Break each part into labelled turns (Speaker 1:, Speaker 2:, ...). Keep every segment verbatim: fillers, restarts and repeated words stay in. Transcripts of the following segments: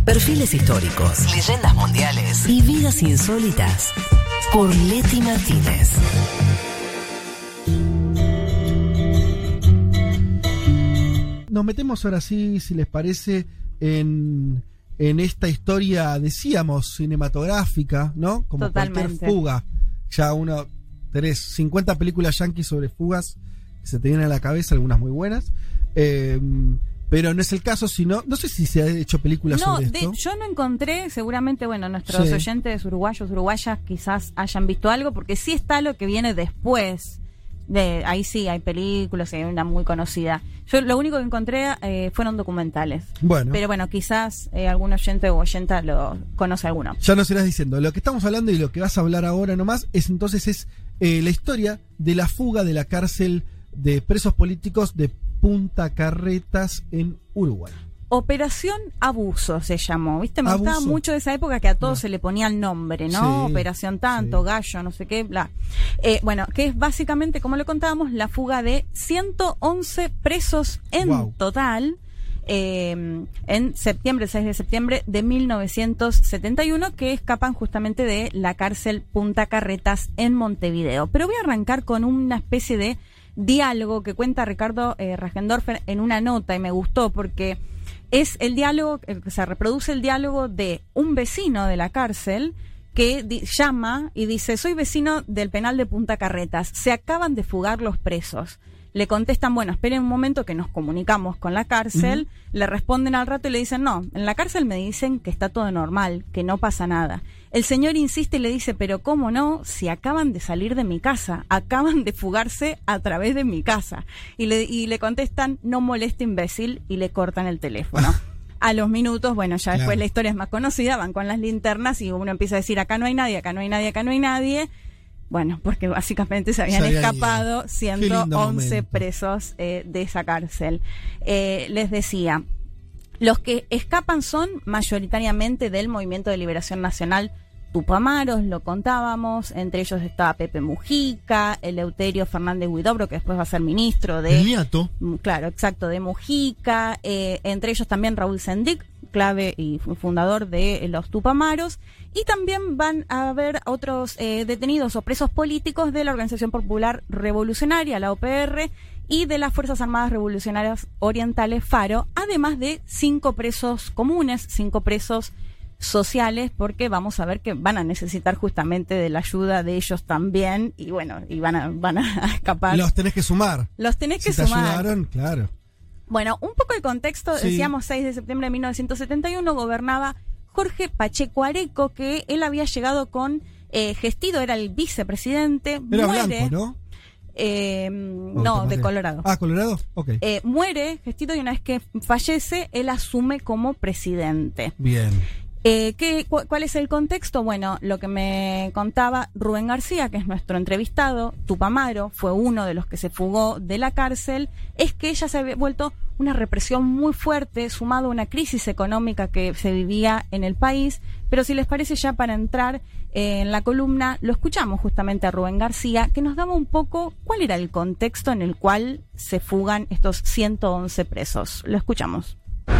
Speaker 1: Perfiles históricos, leyendas mundiales y vidas insólitas por Leti Martínez.
Speaker 2: Nos metemos ahora sí, si les parece, en, en esta historia, decíamos, cinematográfica, ¿no? Como
Speaker 3: Totalmente.
Speaker 2: Cualquier fuga. Ya uno, tenés cincuenta películas yanquis sobre fugas que se te vienen a la cabeza, algunas muy buenas. Eh, pero no es el caso, sino, no sé si se ha hecho películas
Speaker 3: no,
Speaker 2: sobre
Speaker 3: de,
Speaker 2: esto.
Speaker 3: yo no encontré, seguramente, bueno, nuestros
Speaker 2: Sí.
Speaker 3: oyentes uruguayos, uruguayas quizás hayan visto algo, porque sí está lo que viene después. De, ahí sí hay películas, hay una muy conocida. Yo lo único que encontré eh, fueron documentales.
Speaker 2: Bueno.
Speaker 3: Pero bueno, quizás eh, algún oyente o oyenta lo conoce alguno.
Speaker 2: Ya nos irás diciendo. Lo que estamos hablando y lo que vas a hablar ahora nomás es entonces es eh, la historia de la fuga de la cárcel de presos políticos de Punta Carretas en Uruguay.
Speaker 3: Operación Abuso se llamó, ¿viste? Me
Speaker 2: Abuso.
Speaker 3: gustaba mucho de esa época que a todos
Speaker 2: No.
Speaker 3: se le ponía el nombre, ¿no?
Speaker 2: Sí,
Speaker 3: Operación tanto,
Speaker 2: sí.
Speaker 3: gallo, no sé qué, bla. Eh, bueno, que es básicamente, como lo contábamos, la fuga de ciento once presos en
Speaker 2: Wow.
Speaker 3: total eh, en septiembre, seis de septiembre de mil novecientos setenta y uno, que escapan justamente de la cárcel Punta Carretas en Montevideo. Pero voy a arrancar con una especie de diálogo que cuenta Ricardo eh, Rajendorfer en una nota, y me gustó porque es el diálogo, eh, se reproduce el diálogo de un vecino de la cárcel que di- llama y dice: soy vecino del penal de Punta Carretas, se acaban de fugar los presos. Le contestan: bueno, esperen un momento que nos comunicamos con la cárcel. Uh-huh. Le responden al rato y le dicen: no, en la cárcel me dicen que está todo normal, que no pasa nada. El señor insiste y le dice: pero ¿cómo no? Si acaban de salir de mi casa, acaban de fugarse a través de mi casa. Y le, y le contestan: no moleste, imbécil, y le cortan el teléfono. A los minutos, bueno, ya después
Speaker 2: Claro.
Speaker 3: la historia es más conocida, van con las linternas y uno empieza a decir: acá no hay nadie, acá no hay nadie, acá no hay nadie. Bueno, porque básicamente se habían
Speaker 2: Se habían
Speaker 3: escapado
Speaker 2: ido.
Speaker 3: ciento once
Speaker 2: momento.
Speaker 3: presos eh, de esa cárcel. Eh, les decía, los que escapan son mayoritariamente del Movimiento de Liberación Nacional Tupamaros, lo contábamos, entre ellos estaba Pepe Mujica, Eleuterio Fernández Huidobro, que después va a ser ministro de...
Speaker 4: El nieto.
Speaker 3: Claro, exacto, de Mujica, eh, entre ellos también Raúl Sendic, clave y fundador de los Tupamaros, y también van a haber otros eh, detenidos o presos políticos de la Organización Popular Revolucionaria, la O P R, y de las Fuerzas Armadas Revolucionarias Orientales, FARO, además de cinco presos comunes, cinco presos sociales, porque vamos a ver que van a necesitar justamente de la ayuda de ellos también, y bueno, y van a, van a escapar.
Speaker 2: Los tenés que sumar.
Speaker 3: Los tenés que
Speaker 2: si te
Speaker 3: sumar.
Speaker 2: ayudaron, claro.
Speaker 3: Bueno, un poco de contexto,
Speaker 2: Sí.
Speaker 3: decíamos seis de septiembre de mil novecientos setenta y uno, gobernaba Jorge Pacheco Areco, que él había llegado con eh, Gestido, era el vicepresidente,
Speaker 2: Era
Speaker 3: muere,
Speaker 2: blanco, ¿no?
Speaker 3: eh,
Speaker 2: Oh,
Speaker 3: no,
Speaker 2: te
Speaker 3: de
Speaker 2: maté.
Speaker 3: Colorado.
Speaker 2: Ah, Colorado, ok.
Speaker 3: Eh, muere Gestido y una vez que fallece, él asume como presidente.
Speaker 2: Bien.
Speaker 3: Eh, ¿qué, cu- ¿Cuál es el contexto? Bueno, lo que me contaba Rubén García, que es nuestro entrevistado, Tupamaro, fue uno de los que se fugó de la cárcel, es que ella se había vuelto una represión muy fuerte, sumado a una crisis económica que se vivía en el país. Pero si les parece, ya para entrar eh, en la columna, lo escuchamos justamente a Rubén García, que nos daba un poco cuál era el contexto en el cual se fugan estos ciento once presos. Lo escuchamos.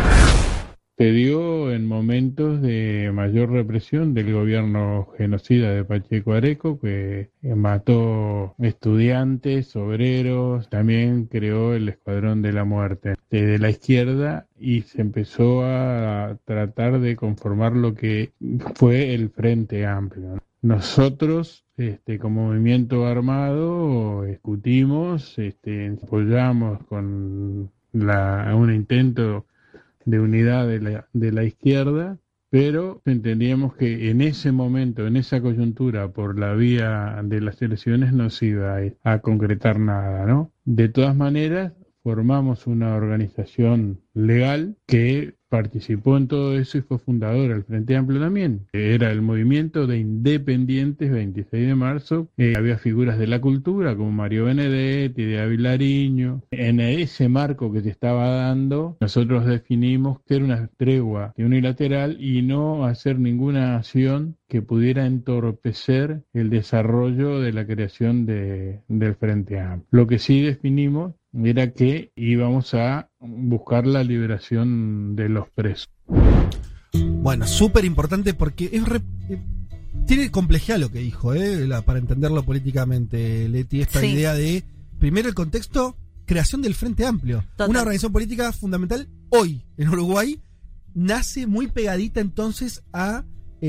Speaker 5: Se dio en momentos de mayor represión del gobierno genocida de Pacheco Areco, que mató estudiantes, obreros, también creó el Escuadrón de la Muerte de la izquierda, y se empezó a tratar de conformar lo que fue el Frente Amplio. Nosotros, este, como movimiento armado, discutimos, este, apoyamos con la, un intento de unidad de la, de la izquierda, pero entendíamos que en ese momento, en esa coyuntura, por la vía de las elecciones no se iba a, a concretar nada, ¿no? De todas maneras, formamos una organización legal que participó en todo eso y fue fundadora del Frente Amplio también. Era el Movimiento de Independientes veintiséis de marzo. Eh, había figuras de la cultura como Mario Benedetti, de Avilariño. En ese marco que se estaba dando, nosotros definimos que era una tregua unilateral y no hacer ninguna acción que pudiera entorpecer el desarrollo de la creación de, del Frente Amplio. Lo que sí definimos era que íbamos a buscar la liberación de los presos.
Speaker 2: Bueno, súper importante porque es re, eh, tiene complejidad lo que dijo, eh, la, para entenderlo políticamente, Leti, esta
Speaker 3: Sí.
Speaker 2: idea de, primero el contexto, creación del Frente Amplio.
Speaker 3: Total.
Speaker 2: Una organización política fundamental hoy en Uruguay, nace muy pegadita entonces a,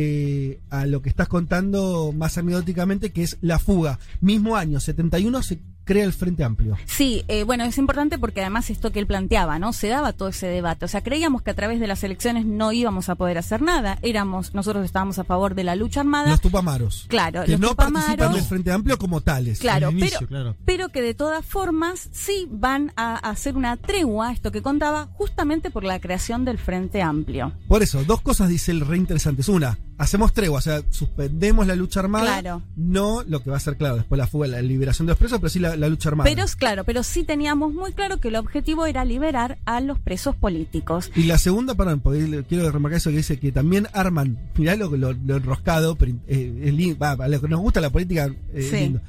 Speaker 2: eh, a lo que estás contando más anecdóticamente, que es la fuga. Mismo año, setenta y uno, se crea el Frente Amplio.
Speaker 3: Sí, eh, bueno, es importante porque además esto que él planteaba, ¿no? Se daba todo ese debate. O sea, creíamos que a través de las elecciones no íbamos a poder hacer nada. Éramos, nosotros estábamos a favor de la lucha armada.
Speaker 2: Los Tupamaros.
Speaker 3: Claro,
Speaker 2: que
Speaker 3: los
Speaker 2: no
Speaker 3: Tupamaros.
Speaker 2: participan del Frente Amplio como tales.
Speaker 3: Claro,
Speaker 4: al inicio,
Speaker 3: pero,
Speaker 4: claro.
Speaker 3: pero que de todas formas sí van a hacer una tregua, esto que contaba, justamente por la creación del Frente Amplio.
Speaker 2: Por eso, dos cosas dice el re interesantes. Una, hacemos tregua, o sea, suspendemos la lucha armada.
Speaker 3: Claro.
Speaker 2: No lo que va a ser, claro, después la fuga, la liberación de los presos, pero sí la, la lucha armada.
Speaker 3: Pero claro, pero sí teníamos muy claro que el objetivo era liberar a los presos políticos.
Speaker 2: Y la segunda, perdón, porque quiero remarcar eso que dice que también arman, mirá lo, lo, lo enroscado, pero eh, es lindo, va, a lo que nos gusta la política, eh,
Speaker 3: Sí.
Speaker 2: es lindo.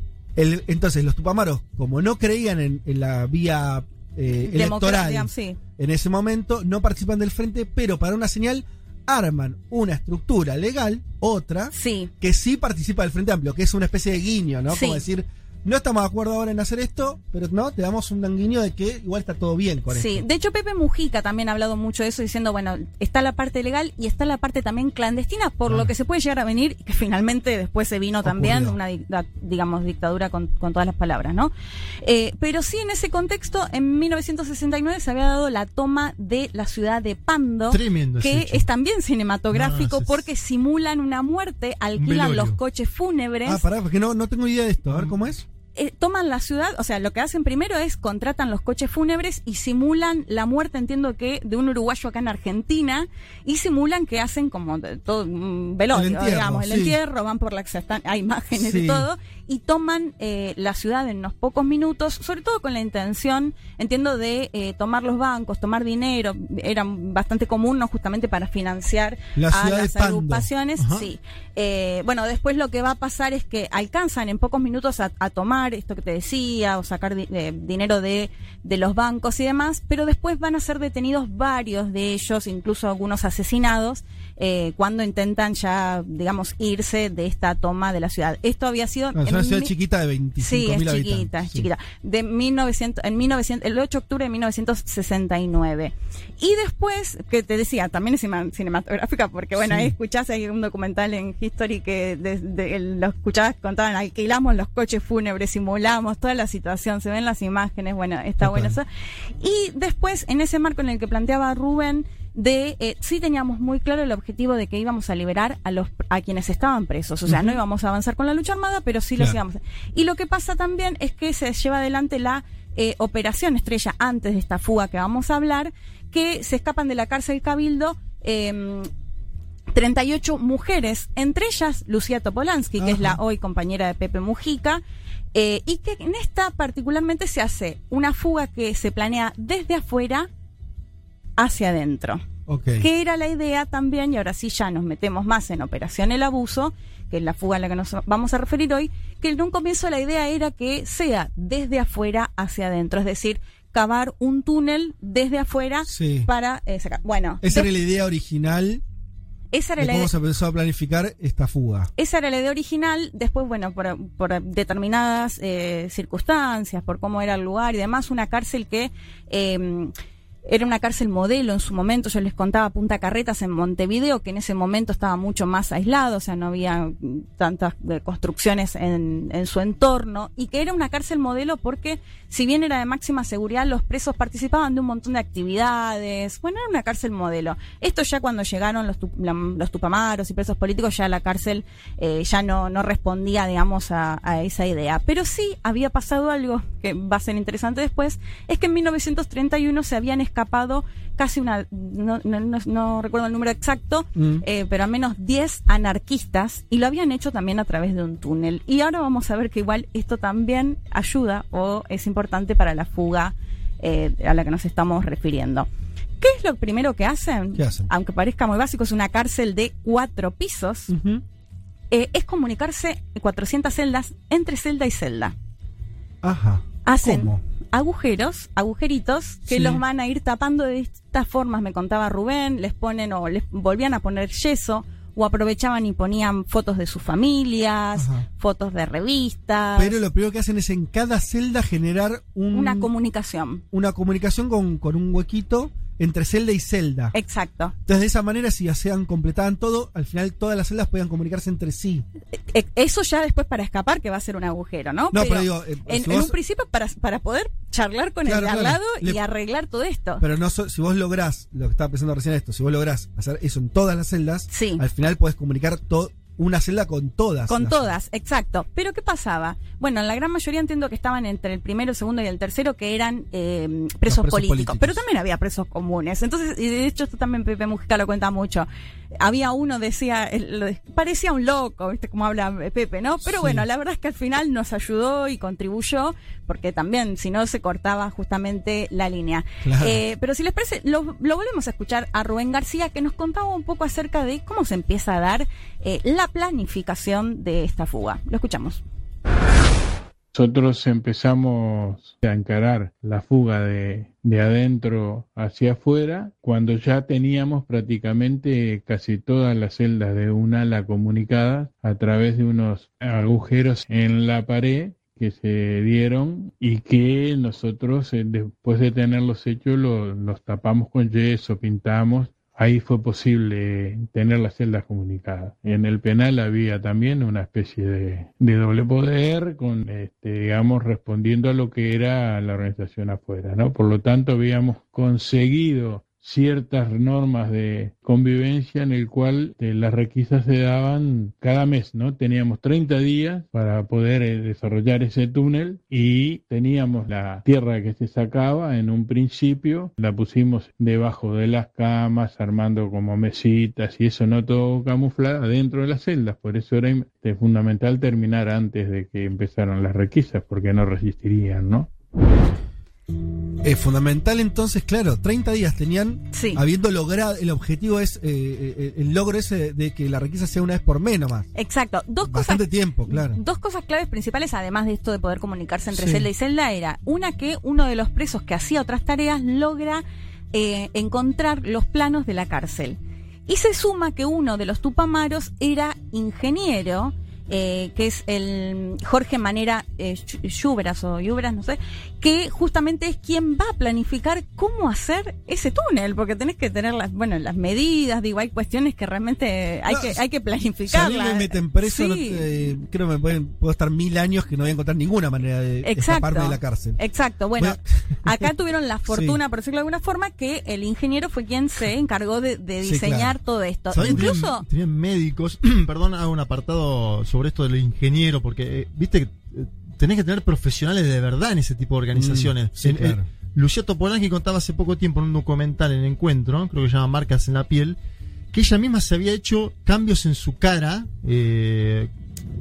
Speaker 2: El, entonces, los Tupamaros, como no creían en, en la vía eh, electoral
Speaker 3: Democracia, sí.
Speaker 2: en ese momento, no participan del frente, pero para una señal arman una estructura legal, otra,
Speaker 3: Sí.
Speaker 2: que sí participa del Frente Amplio, que es una especie de guiño, ¿no?
Speaker 3: Sí.
Speaker 2: Como decir, no estamos de acuerdo ahora en hacer esto, pero no, te damos un guiño de que igual está todo bien con
Speaker 3: Sí,
Speaker 2: esto.
Speaker 3: de hecho Pepe Mujica también ha hablado mucho de eso, diciendo, bueno, está la parte legal y está la parte también clandestina, por lo que se puede llegar a venir, y que finalmente después se vino también
Speaker 2: Ocurrió.
Speaker 3: una, dicta- digamos, dictadura con, con todas las palabras, ¿no? Eh, pero sí, en ese contexto, en mil novecientos sesenta y nueve se había dado la toma de la ciudad de Pando,
Speaker 4: Tremendo ese
Speaker 3: que
Speaker 4: hecho.
Speaker 3: es también cinematográfico
Speaker 4: No, ese es-
Speaker 3: porque simulan una muerte, alquilan
Speaker 4: velorio.
Speaker 3: los coches fúnebres.
Speaker 2: Ah, pará, porque no, no tengo idea de esto, a ver
Speaker 3: Mm.
Speaker 2: cómo es.
Speaker 3: Eh, toman la ciudad, o sea, lo que hacen primero es contratan los coches fúnebres y simulan la muerte, entiendo que de un uruguayo acá en Argentina, y simulan que hacen como de- todo un velorio,
Speaker 2: El entierro,
Speaker 3: digamos, el
Speaker 2: sí.
Speaker 3: entierro, van por la que se están, hay imágenes
Speaker 2: Sí.
Speaker 3: y todo, y toman eh, la ciudad en unos pocos minutos, sobre todo con la intención, entiendo, de eh, tomar los bancos, tomar dinero, era bastante común, ¿no? Justamente para financiar
Speaker 2: La
Speaker 3: a
Speaker 2: ciudad de
Speaker 3: las
Speaker 2: Pando.
Speaker 3: agrupaciones,
Speaker 2: Ajá.
Speaker 3: sí. Eh, bueno, después lo que va a pasar es que alcanzan en pocos minutos a, a tomar esto que te decía, o sacar di- eh, dinero de, de los bancos y demás, pero después van a ser detenidos varios de ellos, incluso algunos asesinados, eh, cuando intentan ya, digamos, irse de esta toma de la ciudad. Esto había sido...
Speaker 2: No, es
Speaker 3: en
Speaker 2: una ciudad
Speaker 3: mi-
Speaker 2: chiquita de
Speaker 3: Sí,
Speaker 2: veinticinco
Speaker 3: es
Speaker 2: mil
Speaker 3: chiquita,
Speaker 2: habitantes.
Speaker 3: es
Speaker 2: Sí.
Speaker 3: chiquita. De mil novecientos, en mil novecientos, el ocho de octubre de mil novecientos sesenta y nueve. Y después, que te decía, también es cima- cinematográfica, porque bueno,
Speaker 2: Sí.
Speaker 3: ahí escuchás, hay un documental en History que desde lo escuchabas, contaban, alquilamos los coches fúnebres, simulamos toda la situación, se ven las imágenes, bueno, está
Speaker 2: Total.
Speaker 3: bueno eso. Y después, en ese marco en el que planteaba Rubén, de eh, sí teníamos muy claro el objetivo de que íbamos a liberar a los a quienes estaban presos, o sea, no íbamos a avanzar con la lucha armada, pero sí los
Speaker 2: Claro.
Speaker 3: íbamos a... Y lo que pasa también es que se lleva adelante la eh, operación estrella antes de esta fuga que vamos a hablar, que se escapan de la cárcel Cabildo eh, treinta y ocho mujeres, entre ellas Lucía Topolansky, que es la
Speaker 2: Ajá.
Speaker 3: hoy compañera de Pepe Mujica, eh, y que en esta particularmente se hace una fuga que se planea desde afuera hacia adentro.
Speaker 2: Ok.
Speaker 3: Que era la idea también, y ahora sí ya nos metemos más en Operación El Abuso, que es la fuga a la que nos vamos a referir hoy, que en un comienzo la idea era que sea desde afuera hacia adentro, es decir, cavar un túnel desde afuera
Speaker 2: Sí.
Speaker 3: para eh, sacar. Bueno,
Speaker 2: Esa
Speaker 3: de-
Speaker 2: era la idea original
Speaker 3: esa era
Speaker 2: de
Speaker 3: la
Speaker 2: cómo
Speaker 3: idea.
Speaker 2: se empezó a planificar esta fuga.
Speaker 3: Esa era la idea original, después, bueno, por, por determinadas eh, circunstancias, por cómo era el lugar y demás, una cárcel que eh, era una cárcel modelo en su momento, yo les contaba Punta Carretas en Montevideo, que en ese momento estaba mucho más aislado, o sea, no había mm, tantas eh, construcciones en, en su entorno, y que era una cárcel modelo porque, si bien era de máxima seguridad, los presos participaban de un montón de actividades, bueno, era una cárcel modelo. Esto ya cuando llegaron los, tu- la- los tupamaros y presos políticos, ya la cárcel eh, ya no, no respondía, digamos, a, a esa idea. Pero sí había pasado algo que va a ser interesante después, es que en mil novecientos treinta y uno se habían escapado casi una, no, no, no, no recuerdo el número exacto,
Speaker 2: Mm.
Speaker 3: eh, pero al menos diez anarquistas, y lo habían hecho también a través de un túnel. Y ahora vamos a ver que igual esto también ayuda o es importante para la fuga eh, a la que nos estamos refiriendo. ¿Qué es lo primero que hacen?
Speaker 2: ¿Qué hacen?
Speaker 3: Aunque parezca muy básico, es una cárcel de cuatro pisos.
Speaker 2: Ujú.
Speaker 3: Eh, es comunicarse cuatrocientas celdas entre celda y celda.
Speaker 2: Ajá.
Speaker 3: Hacen,
Speaker 2: ¿Cómo?
Speaker 3: agujeros, agujeritos, que
Speaker 2: Sí.
Speaker 3: los van a ir tapando de distintas formas, me contaba Rubén, les ponen o les volvían a poner yeso, o aprovechaban y ponían fotos de sus familias,
Speaker 2: Ajá.
Speaker 3: fotos de revistas,
Speaker 2: Pero lo primero que hacen es en cada celda generar un,
Speaker 3: una comunicación.
Speaker 2: una comunicación con, con un huequito entre celda y celda.
Speaker 3: Exacto.
Speaker 2: Entonces, de esa manera, si hacían, completaban todo, al final todas las celdas podían comunicarse entre sí.
Speaker 3: Eh, Eso ya después para escapar, que va a ser un agujero, ¿no?
Speaker 2: No, pero digo, eh,
Speaker 3: en,
Speaker 2: si
Speaker 3: en
Speaker 2: vos-
Speaker 3: un principio para, para poder charlar con
Speaker 2: Claro,
Speaker 3: el de al
Speaker 2: claro.
Speaker 3: lado
Speaker 2: Le-
Speaker 3: y arreglar todo esto.
Speaker 2: Pero no so- si vos lográs, lo que estaba pensando recién esto, si vos lográs hacer eso en todas las celdas,
Speaker 3: Sí.
Speaker 2: al final podés comunicar to- una celda con todas.
Speaker 3: Con
Speaker 2: las-
Speaker 3: todas, exacto. Pero ¿qué pasaba? Bueno, en la gran mayoría entiendo que estaban entre el primero, el segundo y el tercero, que eran eh, presos,
Speaker 2: presos
Speaker 3: políticos.
Speaker 2: políticos.
Speaker 3: Pero también había presos comunes. Entonces, y de hecho esto también Pepe Mujica lo cuenta mucho. Había uno, decía, el- lo de- parecía un loco, ¿viste? Como habla Pepe, ¿no? Pero
Speaker 2: Sí.
Speaker 3: bueno, la verdad es que al final nos ayudó y contribuyó, porque también, si no, se cortaba justamente la línea.
Speaker 2: Claro.
Speaker 3: Eh, pero si les parece, lo, lo volvemos a escuchar a Rubén García, que nos contaba un poco acerca de cómo se empieza a dar eh, la planificación de esta fuga. Lo escuchamos.
Speaker 5: Nosotros empezamos a encarar la fuga de, de adentro hacia afuera cuando ya teníamos prácticamente casi todas las celdas de un ala comunicadas a través de unos agujeros en la pared que se dieron y que nosotros eh, después de tenerlos hechos lo- los tapamos con yeso, pintamos. Ahí fue posible tener las celdas comunicadas. En el penal había también una especie de, de doble poder, con, este, digamos, respondiendo a lo que era la organización afuera, ¿no? Por lo tanto, habíamos conseguido ciertas normas de convivencia en el cual eh, las requisas se daban cada mes, ¿no? Teníamos treinta días para poder eh, desarrollar ese túnel y teníamos la tierra que se sacaba en un principio, la pusimos debajo de las camas, armando como mesitas y eso, no todo camuflado dentro de las celdas, por eso era eh, fundamental terminar antes de que empezaran las requisas, porque no resistirían, ¿no?
Speaker 2: Es fundamental entonces, claro, treinta días tenían,
Speaker 3: Sí.
Speaker 2: habiendo logrado, el objetivo es eh, eh, el logro ese de que la requisa sea una vez por mes nomás.
Speaker 3: Exacto. Dos
Speaker 2: Bastante
Speaker 3: cosas,
Speaker 2: tiempo, claro.
Speaker 3: dos cosas claves principales, además de esto de poder comunicarse entre
Speaker 2: Sí.
Speaker 3: celda y celda, era una que uno de los presos que hacía otras tareas logra eh, encontrar los planos de la cárcel. Y se suma que uno de los tupamaros era ingeniero, eh, que es el Jorge Manera eh, Llubras o Llubras, no sé, que justamente es quien va a planificar cómo hacer ese túnel, porque tenés que tener las, bueno, las medidas, digo, hay cuestiones que realmente hay
Speaker 2: No,
Speaker 3: que hay que
Speaker 2: Si a mí
Speaker 3: planificarlas.
Speaker 2: me meten preso,
Speaker 3: Sí.
Speaker 2: no, eh, creo que me pueden, puedo estar mil años que no voy a encontrar ninguna manera de
Speaker 3: Exacto.
Speaker 2: escaparme de la cárcel.
Speaker 3: Exacto, bueno,
Speaker 2: Bueno.
Speaker 3: acá tuvieron la fortuna, por decirlo de alguna forma, que el ingeniero fue quien se encargó de, de
Speaker 2: Sí,
Speaker 3: diseñar
Speaker 2: claro.
Speaker 3: todo esto.
Speaker 4: ¿Saben?
Speaker 3: Incluso,
Speaker 4: Tenían, tenían médicos, perdón, hago un apartado sobre esto del ingeniero, porque, eh, viste, que eh, tenés que tener profesionales de verdad en ese tipo de organizaciones.
Speaker 2: Mm, sí,
Speaker 4: En-
Speaker 2: claro.
Speaker 4: eh, Lucía Topolansky contaba hace poco tiempo en un documental en Encuentro, creo que se llama Marcas en la piel, que ella misma se había hecho cambios en su cara eh,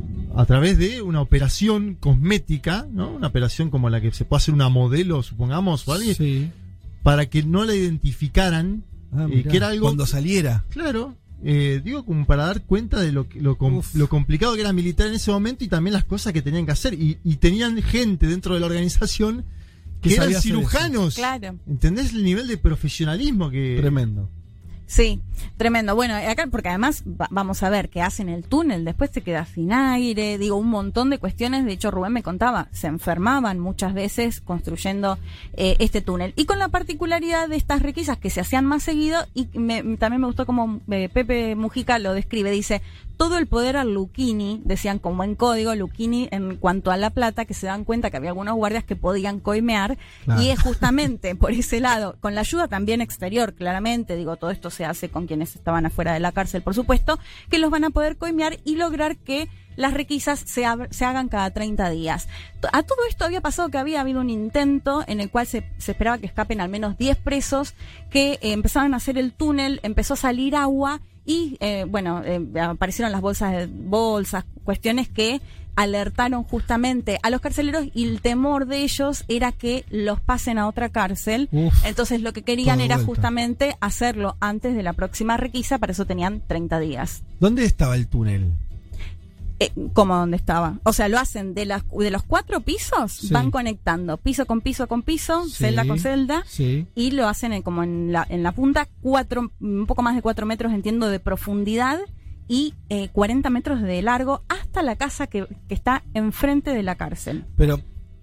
Speaker 4: a través de una operación cosmética, ¿no? Una operación como la que se puede hacer una modelo, supongamos, o alguien,
Speaker 2: Sí.
Speaker 4: para que no la identificaran,
Speaker 2: Ah,
Speaker 4: eh,
Speaker 2: mirá,
Speaker 4: que era algo...
Speaker 2: Cuando saliera.
Speaker 4: Claro, eh, digo como para dar cuenta de lo, que- lo, com-
Speaker 2: Uf.
Speaker 4: lo complicado que era militar en ese momento y también las cosas que tenían que hacer. Y, y tenían gente dentro de la organización que
Speaker 2: Que
Speaker 4: eran
Speaker 2: sabía hacer
Speaker 4: cirujanos.
Speaker 3: claro.
Speaker 4: ¿Entendés el nivel de profesionalismo que...
Speaker 2: Tremendo.
Speaker 3: Sí, tremendo. Bueno, acá, porque además va- vamos a ver que hacen el túnel, después se queda sin aire, digo, un montón de cuestiones. De hecho, Rubén me contaba, se enfermaban muchas veces construyendo eh, este túnel. Y con la particularidad de estas requisas que se hacían más seguido, y me- también me gustó como eh, Pepe Mujica lo describe, dice, todo el poder al Lucchini, decían como en código, Lucchini en cuanto a la plata, que se dan cuenta que había algunos guardias que podían coimear,
Speaker 2: Claro.
Speaker 3: y es justamente por ese lado, con la ayuda también exterior, claramente, digo, todo esto se hace con quienes estaban afuera de la cárcel, por supuesto, que los van a poder coimear y lograr que las requisas se, ab- se hagan cada treinta días. T- A todo esto había pasado que había habido un intento en el cual se, se esperaba que escapen al menos diez presos, que eh, empezaron a hacer el túnel, empezó a salir agua y, eh, bueno, eh, aparecieron las bolsas, de, bolsas, cuestiones que alertaron justamente a los carceleros y el temor de ellos era que los pasen a otra cárcel.
Speaker 2: Uf.
Speaker 3: Entonces lo que querían
Speaker 2: Todo
Speaker 3: era
Speaker 2: vuelta.
Speaker 3: justamente hacerlo antes de la próxima requisa, para eso tenían treinta días.
Speaker 2: ¿Dónde estaba el túnel?
Speaker 3: Eh, como donde estaba. O sea, lo hacen de las de los cuatro pisos,
Speaker 2: Sí.
Speaker 3: van conectando piso con piso con piso,
Speaker 2: Sí.
Speaker 3: celda con celda,
Speaker 2: Sí.
Speaker 3: y lo hacen en- como en la, en la punta, cuatro, un poco más de cuatro metros, entiendo, de profundidad y eh, cuarenta metros de largo hasta la casa que, que está enfrente de la cárcel.
Speaker 2: Pero,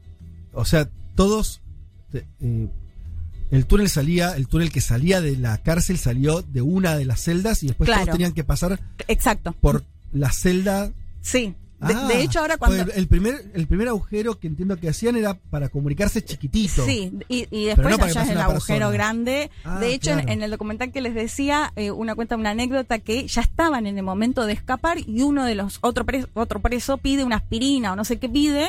Speaker 2: o sea, todos... eh, el túnel salía, el túnel que salía de la cárcel salió de una de las celdas y después
Speaker 3: Claro.
Speaker 2: todos tenían que pasar
Speaker 3: Exacto.
Speaker 2: por la celda.
Speaker 3: Sí. De,
Speaker 2: Ah,
Speaker 3: de hecho, ahora cuando...
Speaker 2: pues el primer, el primer agujero que entiendo que hacían era para comunicarse chiquitito.
Speaker 3: Sí, y, y
Speaker 2: Pero
Speaker 3: después
Speaker 2: no para que
Speaker 3: allá es
Speaker 2: pase
Speaker 3: el
Speaker 2: una
Speaker 3: agujero
Speaker 2: persona.
Speaker 3: grande.
Speaker 2: Ah,
Speaker 3: de hecho, en,
Speaker 2: claro.
Speaker 3: en el documental que les decía, eh, una cuenta una anécdota que ya estaban en el momento de escapar y uno de los, otro preso, otro preso pide una aspirina o no sé qué pide,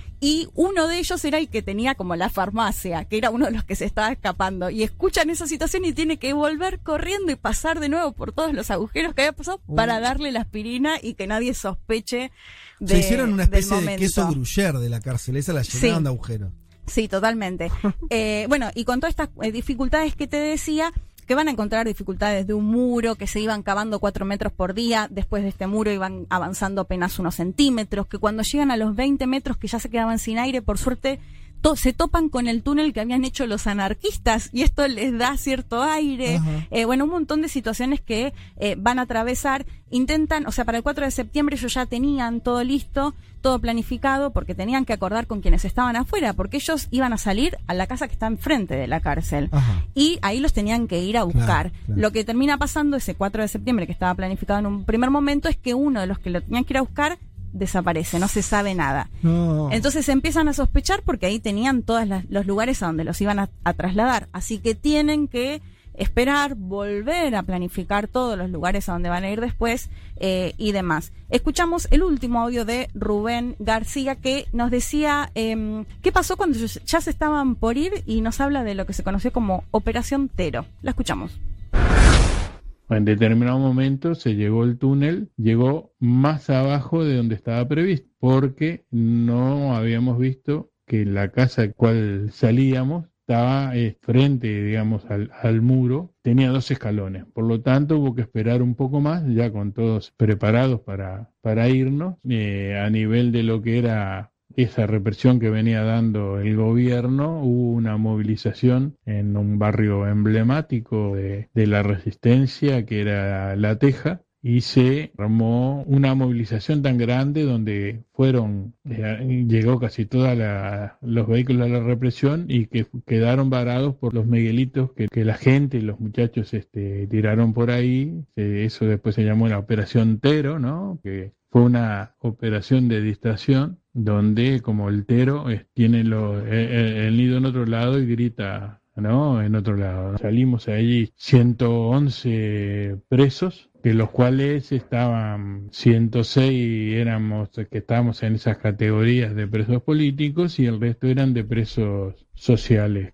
Speaker 3: y uno de ellos era el que tenía como la farmacia, que era uno de los que se estaba escapando. Y escuchan esa situación y tiene que volver corriendo y pasar de nuevo por todos los agujeros que había pasado
Speaker 2: Uh.
Speaker 3: para darle la aspirina y que nadie sospeche de,
Speaker 2: Se hicieron una
Speaker 3: del
Speaker 2: especie de
Speaker 3: momento.
Speaker 2: queso gruyère de la cárcel, esa la llenaron
Speaker 3: Sí.
Speaker 2: de agujeros.
Speaker 3: Sí, totalmente. eh, bueno, y con todas estas eh, dificultades que te decía, que van a encontrar dificultades de un muro, que se iban cavando cuatro metros por día, después de este muro iban avanzando apenas unos centímetros, que cuando llegan a los veinte metros que ya se quedaban sin aire, por suerte to- se topan con el túnel que habían hecho los anarquistas y esto les da cierto aire.
Speaker 2: Ajá.
Speaker 3: Eh, bueno, un montón de situaciones que eh, van a atravesar, intentan, o sea, para el cuatro de septiembre ellos ya tenían todo listo, todo planificado, porque tenían que acordar con quienes estaban afuera, porque ellos iban a salir a la casa que está enfrente de la cárcel.
Speaker 2: Ajá.
Speaker 3: Y ahí los tenían que ir a buscar.
Speaker 2: Claro, claro.
Speaker 3: Lo que termina pasando ese cuatro de septiembre, que estaba planificado en un primer momento, es que uno de los que lo tenían que ir a buscar desaparece, no se sabe nada.
Speaker 2: No.
Speaker 3: Entonces se empiezan a sospechar porque ahí tenían todos los lugares a donde los iban a, a trasladar. Así que tienen que esperar, volver a planificar todos los lugares a donde van a ir después eh, y demás. Escuchamos el último audio de Rubén García que nos decía eh, qué pasó cuando ellos ya se estaban por ir y nos habla de lo que se conoció como Operación Tero. La escuchamos.
Speaker 5: En determinado momento se llegó el túnel, llegó más abajo de donde estaba previsto, porque no habíamos visto que la casa al cual salíamos estaba eh, frente, digamos, al, al muro, tenía dos escalones. Por lo tanto, hubo que esperar un poco más, ya con todos preparados para, para irnos, eh, a nivel de lo que era esa represión que venía dando el gobierno. Hubo una movilización en un barrio emblemático de, de la resistencia, que era La Teja, y se armó una movilización tan grande donde fueron, eh, llegó casi todos los vehículos de la represión y que quedaron varados por los miguelitos que, que la gente y los muchachos este, tiraron por ahí. Eh, eso después se llamó la Operación Tero, ¿no? Que fue una operación de distracción donde, como el Tero eh, tiene lo, el, el nido en otro lado y grita, ¿no? En otro lado. Salimos allí ciento once presos, de los cuales estaban ciento seis, éramos que estábamos en esas categorías de presos políticos y el resto eran de presos sociales.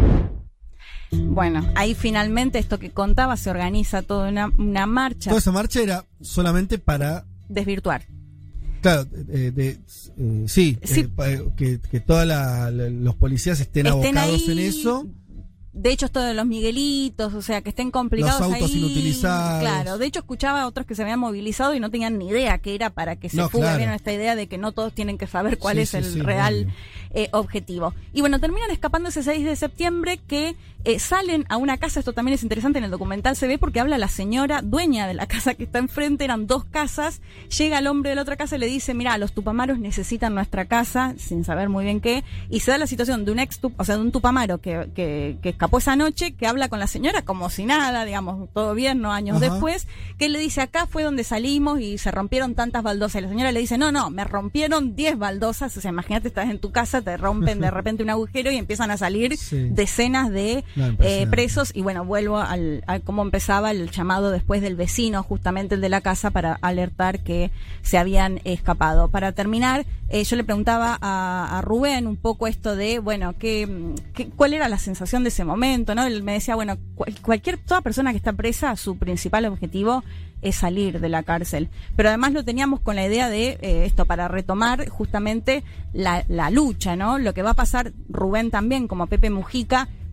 Speaker 3: Bueno, ahí finalmente esto que contaba, se organiza toda una, una marcha.
Speaker 2: Toda esa marcha era solamente para...
Speaker 3: Desvirtuar.
Speaker 2: Claro, eh, de, eh, sí,
Speaker 3: Sí.
Speaker 2: eh, pa- que, que todos los policías estén,
Speaker 3: Estén
Speaker 2: abocados
Speaker 3: ahí,
Speaker 2: en eso.
Speaker 3: De hecho, esto de los Miguelitos, o sea, que estén complicados
Speaker 2: Los autos
Speaker 3: ahí.
Speaker 2: inutilizados.
Speaker 3: Claro, de hecho escuchaba a otros que se habían movilizado y no tenían ni idea que era para que se
Speaker 2: No,
Speaker 3: fuga.
Speaker 2: claro.
Speaker 3: Vieron esta idea de que no todos tienen que saber cuál
Speaker 2: Sí,
Speaker 3: es
Speaker 2: sí,
Speaker 3: el
Speaker 2: sí,
Speaker 3: real
Speaker 2: obvio.
Speaker 3: eh, objetivo. Y bueno, terminan escapando ese seis de septiembre que eh, salen a una casa. Esto también es interesante, en el documental se ve porque habla la señora dueña de la casa que está enfrente. Eran dos casas. Llega el hombre de la otra casa y le dice, mira, los tupamaros necesitan nuestra casa, sin saber muy bien qué. Y se da la situación de un ex, tup- o sea, de un tupamaro que, que, que escapó esa noche, que habla con la señora como si nada, digamos, todo bien, ¿no? Años
Speaker 2: Ajá.
Speaker 3: después, que le dice, acá fue donde salimos y se rompieron tantas baldosas. Y la señora le dice, no, no, me rompieron diez baldosas. O sea, imagínate, estás en tu casa, te rompen de repente un agujero y empiezan a salir
Speaker 2: Sí.
Speaker 3: decenas de
Speaker 2: No,
Speaker 3: eh,
Speaker 2: impresionante.
Speaker 3: presos. Y bueno, vuelvo al, a cómo empezaba el llamado después del vecino, justamente el de la casa, para alertar que se habían escapado. Para terminar, eh, yo le preguntaba a, a Rubén un poco esto de, bueno, ¿qué, qué, cuál era la sensación de ese momento, ¿no? Él me decía, bueno, cual, cualquier, toda persona que está presa, su principal objetivo es salir de la cárcel. Pero además lo teníamos con la idea de eh, esto, para retomar justamente la, la lucha, ¿no? Lo que va a pasar, Rubén también, como Pepe Mujica,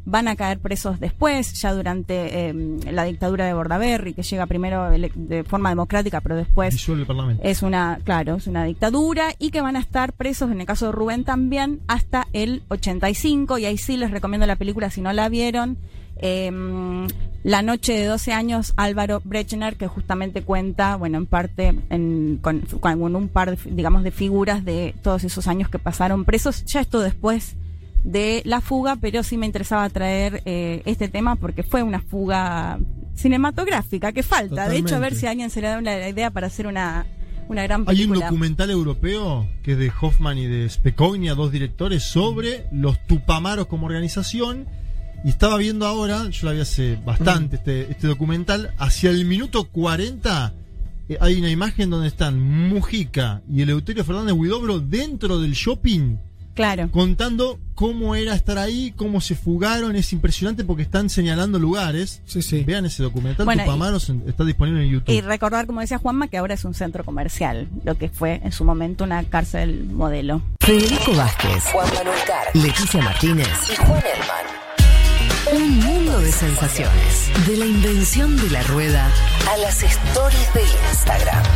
Speaker 3: van a caer presos después, ya durante eh, la dictadura de Bordaberry, que llega primero de, de forma democrática, pero después
Speaker 4: disuelve el Parlamento.
Speaker 3: Es una, claro, es una dictadura, y que van a estar presos, en el caso de Rubén también, hasta el ochenta y cinco, y ahí sí les recomiendo la película si no la vieron. Eh, La noche de doce años, Álvaro Brechner, que justamente cuenta, bueno, en parte en, con, con un par, de, digamos, de figuras de todos esos años que pasaron presos. Ya esto después de la fuga, pero sí me interesaba traer eh, este tema porque fue una fuga cinematográfica que falta.
Speaker 2: Totalmente.
Speaker 3: De hecho, a ver si a alguien se le da la idea para hacer una, una gran
Speaker 4: Hay
Speaker 3: película.
Speaker 4: un documental europeo que es de Hoffman y de Specognia, dos directores, sobre los Tupamaros como organización. Y estaba viendo ahora, yo la vi hace bastante, este, este documental, hacia el minuto cuarenta eh, hay una imagen donde están Mujica y Eleuterio Fernández Huidobro dentro del shopping,
Speaker 3: Claro.
Speaker 4: contando cómo era estar ahí, cómo se fugaron. Es impresionante porque están señalando lugares.
Speaker 2: Sí, sí.
Speaker 4: Vean ese documental,
Speaker 3: Bueno,
Speaker 4: Tupamaros, en- está disponible en YouTube.
Speaker 3: Y recordar, como decía Juanma, que ahora es un centro comercial, lo que fue en su momento una cárcel modelo.
Speaker 1: Federico Vázquez,
Speaker 6: Juan Manuel Carr
Speaker 1: Leticia Martínez.
Speaker 6: y Juan Elman.
Speaker 1: Un mundo de sensaciones. De la invención de la rueda
Speaker 6: A las stories de Instagram.